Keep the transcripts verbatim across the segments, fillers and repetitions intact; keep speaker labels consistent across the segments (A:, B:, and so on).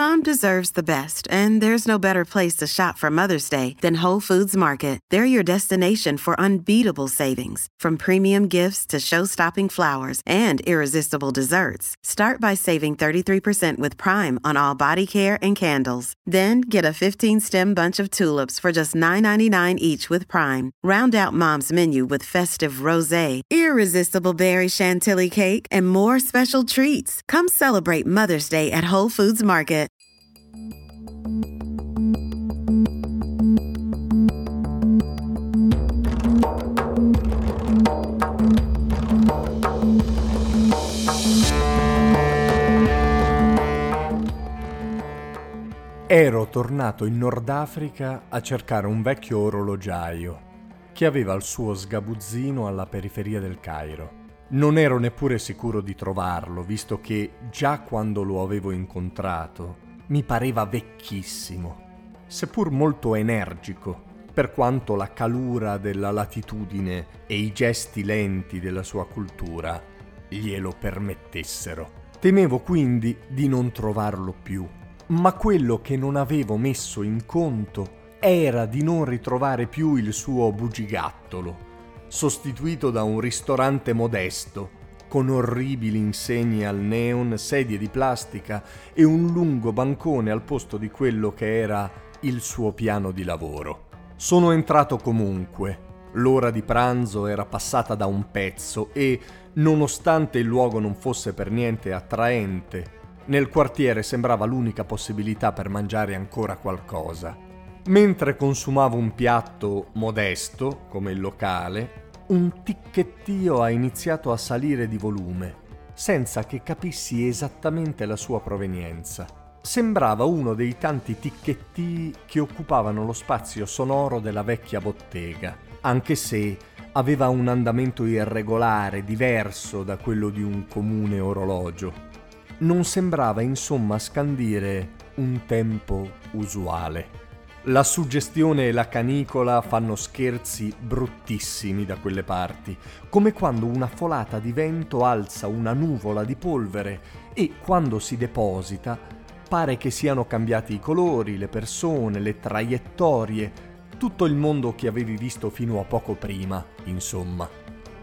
A: Mom deserves the best, and there's no better place to shop for Mother's Day than Whole Foods Market. They're your destination for unbeatable savings, from premium gifts to show-stopping flowers and irresistible desserts. Start by saving thirty-three percent with Prime on all body care and candles. Then get a fifteen-stem bunch of tulips for just nine ninety-nine each with Prime. Round out Mom's menu with festive rosé, irresistible berry chantilly cake, and more special treats. Come celebrate Mother's Day at Whole Foods Market.
B: Ero tornato in Nord Africa a cercare un vecchio orologiaio che aveva il suo sgabuzzino alla periferia del Cairo. Non ero neppure sicuro di trovarlo, visto che già quando lo avevo incontrato mi pareva vecchissimo, seppur molto energico, per quanto la calura della latitudine e i gesti lenti della sua cultura glielo permettessero. Temevo quindi di non trovarlo più, ma quello che non avevo messo in conto era di non ritrovare più il suo bugigattolo, sostituito da un ristorante modesto, con orribili insegne al neon, sedie di plastica e un lungo bancone al posto di quello che era il suo piano di lavoro. Sono entrato comunque. L'ora di pranzo era passata da un pezzo e, nonostante il luogo non fosse per niente attraente, nel quartiere sembrava l'unica possibilità per mangiare ancora qualcosa. Mentre consumavo un piatto modesto, come il locale, un ticchettio ha iniziato a salire di volume, senza che capissi esattamente la sua provenienza. Sembrava uno dei tanti ticchetti che occupavano lo spazio sonoro della vecchia bottega, anche se aveva un andamento irregolare, diverso da quello di un comune orologio. Non sembrava insomma scandire un tempo usuale. La suggestione e la canicola fanno scherzi bruttissimi da quelle parti, come quando una folata di vento alza una nuvola di polvere e quando si deposita pare che siano cambiati i colori, le persone, le traiettorie, tutto il mondo che avevi visto fino a poco prima, insomma.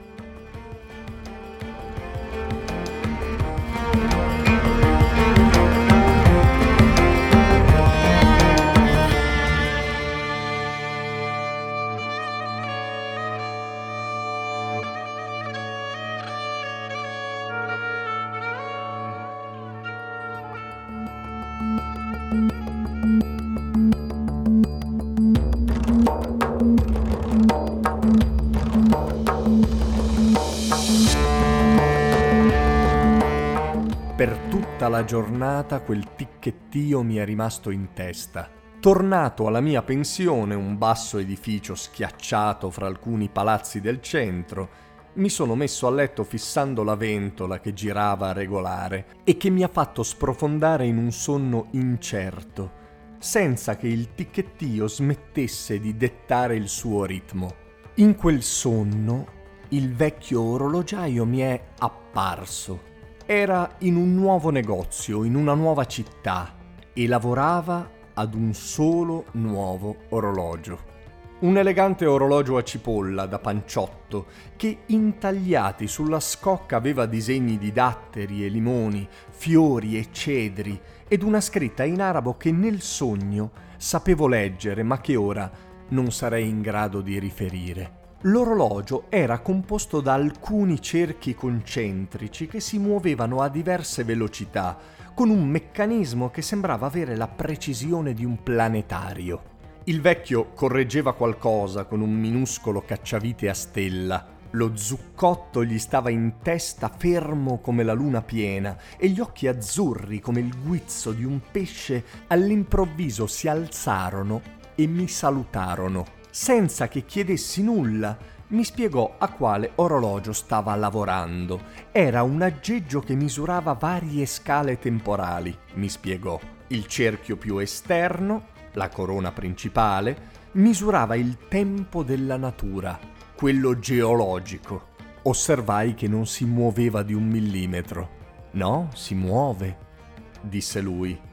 B: Per tutta la giornata quel ticchettio mi è rimasto in testa. Tornato alla mia pensione, un basso edificio schiacciato fra alcuni palazzi del centro, mi sono messo a letto fissando la ventola che girava a regolare e che mi ha fatto sprofondare in un sonno incerto, senza che il ticchettio smettesse di dettare il suo ritmo. In quel sonno il vecchio orologiaio mi è apparso. Era in un nuovo negozio, in una nuova città, e lavorava ad un solo nuovo orologio. Un elegante orologio a cipolla da panciotto che, intagliati sulla scocca, aveva disegni di datteri e limoni, fiori e cedri ed una scritta in arabo che nel sogno sapevo leggere ma che ora non sarei in grado di riferire. L'orologio era composto da alcuni cerchi concentrici che si muovevano a diverse velocità, con un meccanismo che sembrava avere la precisione di un planetario. Il vecchio correggeva qualcosa con un minuscolo cacciavite a stella. Lo zuccotto gli stava in testa fermo come la luna piena e gli occhi azzurri come il guizzo di un pesce all'improvviso si alzarono e mi salutarono. Senza che chiedessi nulla, mi spiegò a quale orologio stava lavorando. Era un aggeggio che misurava varie scale temporali, mi spiegò. Il cerchio più esterno, la corona principale, misurava il tempo della natura, quello geologico. Osservai che non si muoveva di un millimetro. No, si muove, disse lui.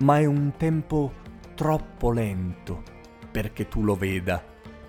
B: ma è un tempo troppo lento perché tu lo veda.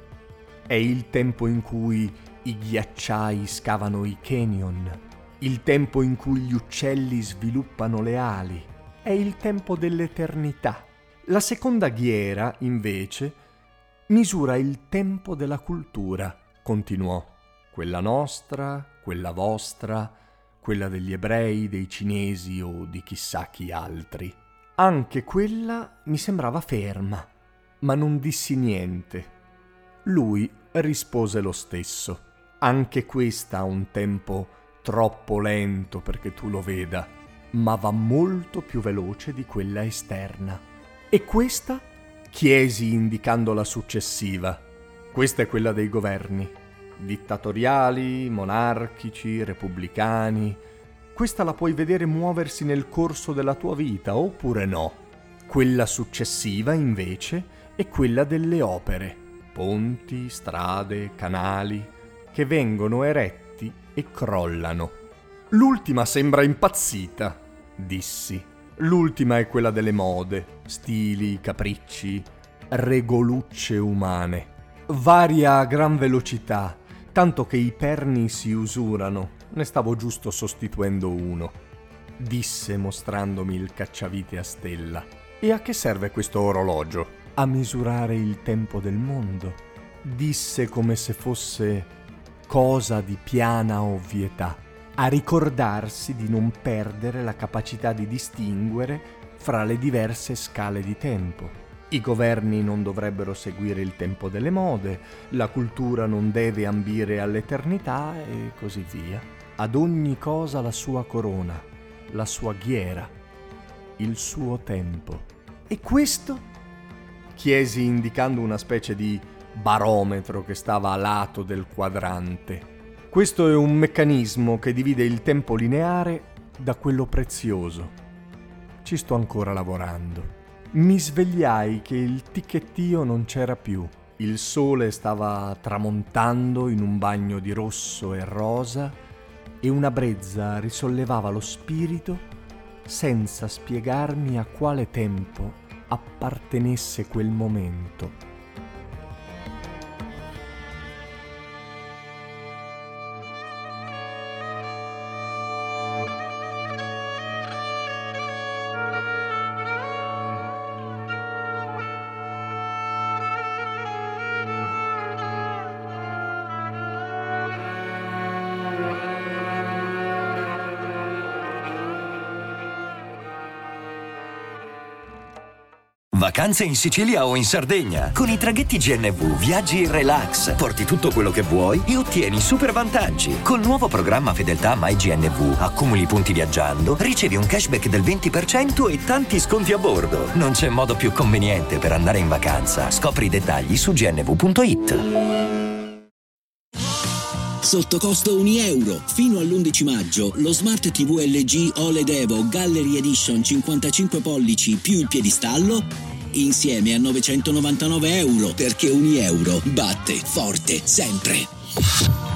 B: È il tempo in cui i ghiacciai scavano i canyon, il tempo in cui gli uccelli sviluppano le ali, è il tempo dell'eternità. La seconda ghiera, invece, misura il tempo della cultura, continuò. Quella nostra, quella vostra, quella degli ebrei, dei cinesi o di chissà chi altri. Anche quella mi sembrava ferma, ma non dissi niente. Lui rispose lo stesso. Anche questa ha un tempo troppo lento perché tu lo veda, ma va molto più veloce di quella esterna. E questa? Chiesi indicando la successiva. Questa è quella dei governi. Dittatoriali, monarchici, repubblicani. Questa la puoi vedere muoversi nel corso della tua vita, oppure no. Quella successiva, invece, è quella delle opere. Ponti, strade, canali, che vengono eretti e crollano. L'ultima sembra impazzita, dissi. L'ultima è quella delle mode, stili, capricci, regolucce umane. Varia a gran velocità, tanto che i perni si usurano. Ne stavo giusto sostituendo uno. Disse mostrandomi il cacciavite a stella. E a che serve questo orologio? A misurare il tempo del mondo. Disse come se fosse cosa di piana ovvietà. A ricordarsi di non perdere la capacità di distinguere fra le diverse scale di tempo. I governi non dovrebbero seguire il tempo delle mode, la cultura non deve ambire all'eternità e così via. Ad ogni cosa la sua corona, la sua ghiera, il suo tempo. E questo? Chiesi indicando una specie di barometro che stava a lato del quadrante. Questo è un meccanismo che divide il tempo lineare da quello prezioso. Ci sto ancora lavorando. Mi svegliai che il ticchettio non c'era più. Il sole stava tramontando in un bagno di rosso e rosa e una brezza risollevava lo spirito senza spiegarmi a quale tempo appartenesse quel momento.
C: Vacanze in Sicilia o in Sardegna. Con i traghetti G N V viaggi in relax, porti tutto quello che vuoi e ottieni super vantaggi. Col nuovo programma Fedeltà MyGNV accumuli punti viaggiando, ricevi un cashback del venti per cento e tanti sconti a bordo. Non c'è modo più conveniente per andare in vacanza. Scopri i dettagli su g n v punto i t.
D: Sotto costo un euro. Fino all'undici maggio lo Smart T V L G O L E D Evo Gallery Edition cinquantacinque pollici più il piedistallo insieme a novecentonovantanove euro, perché un euro batte forte sempre.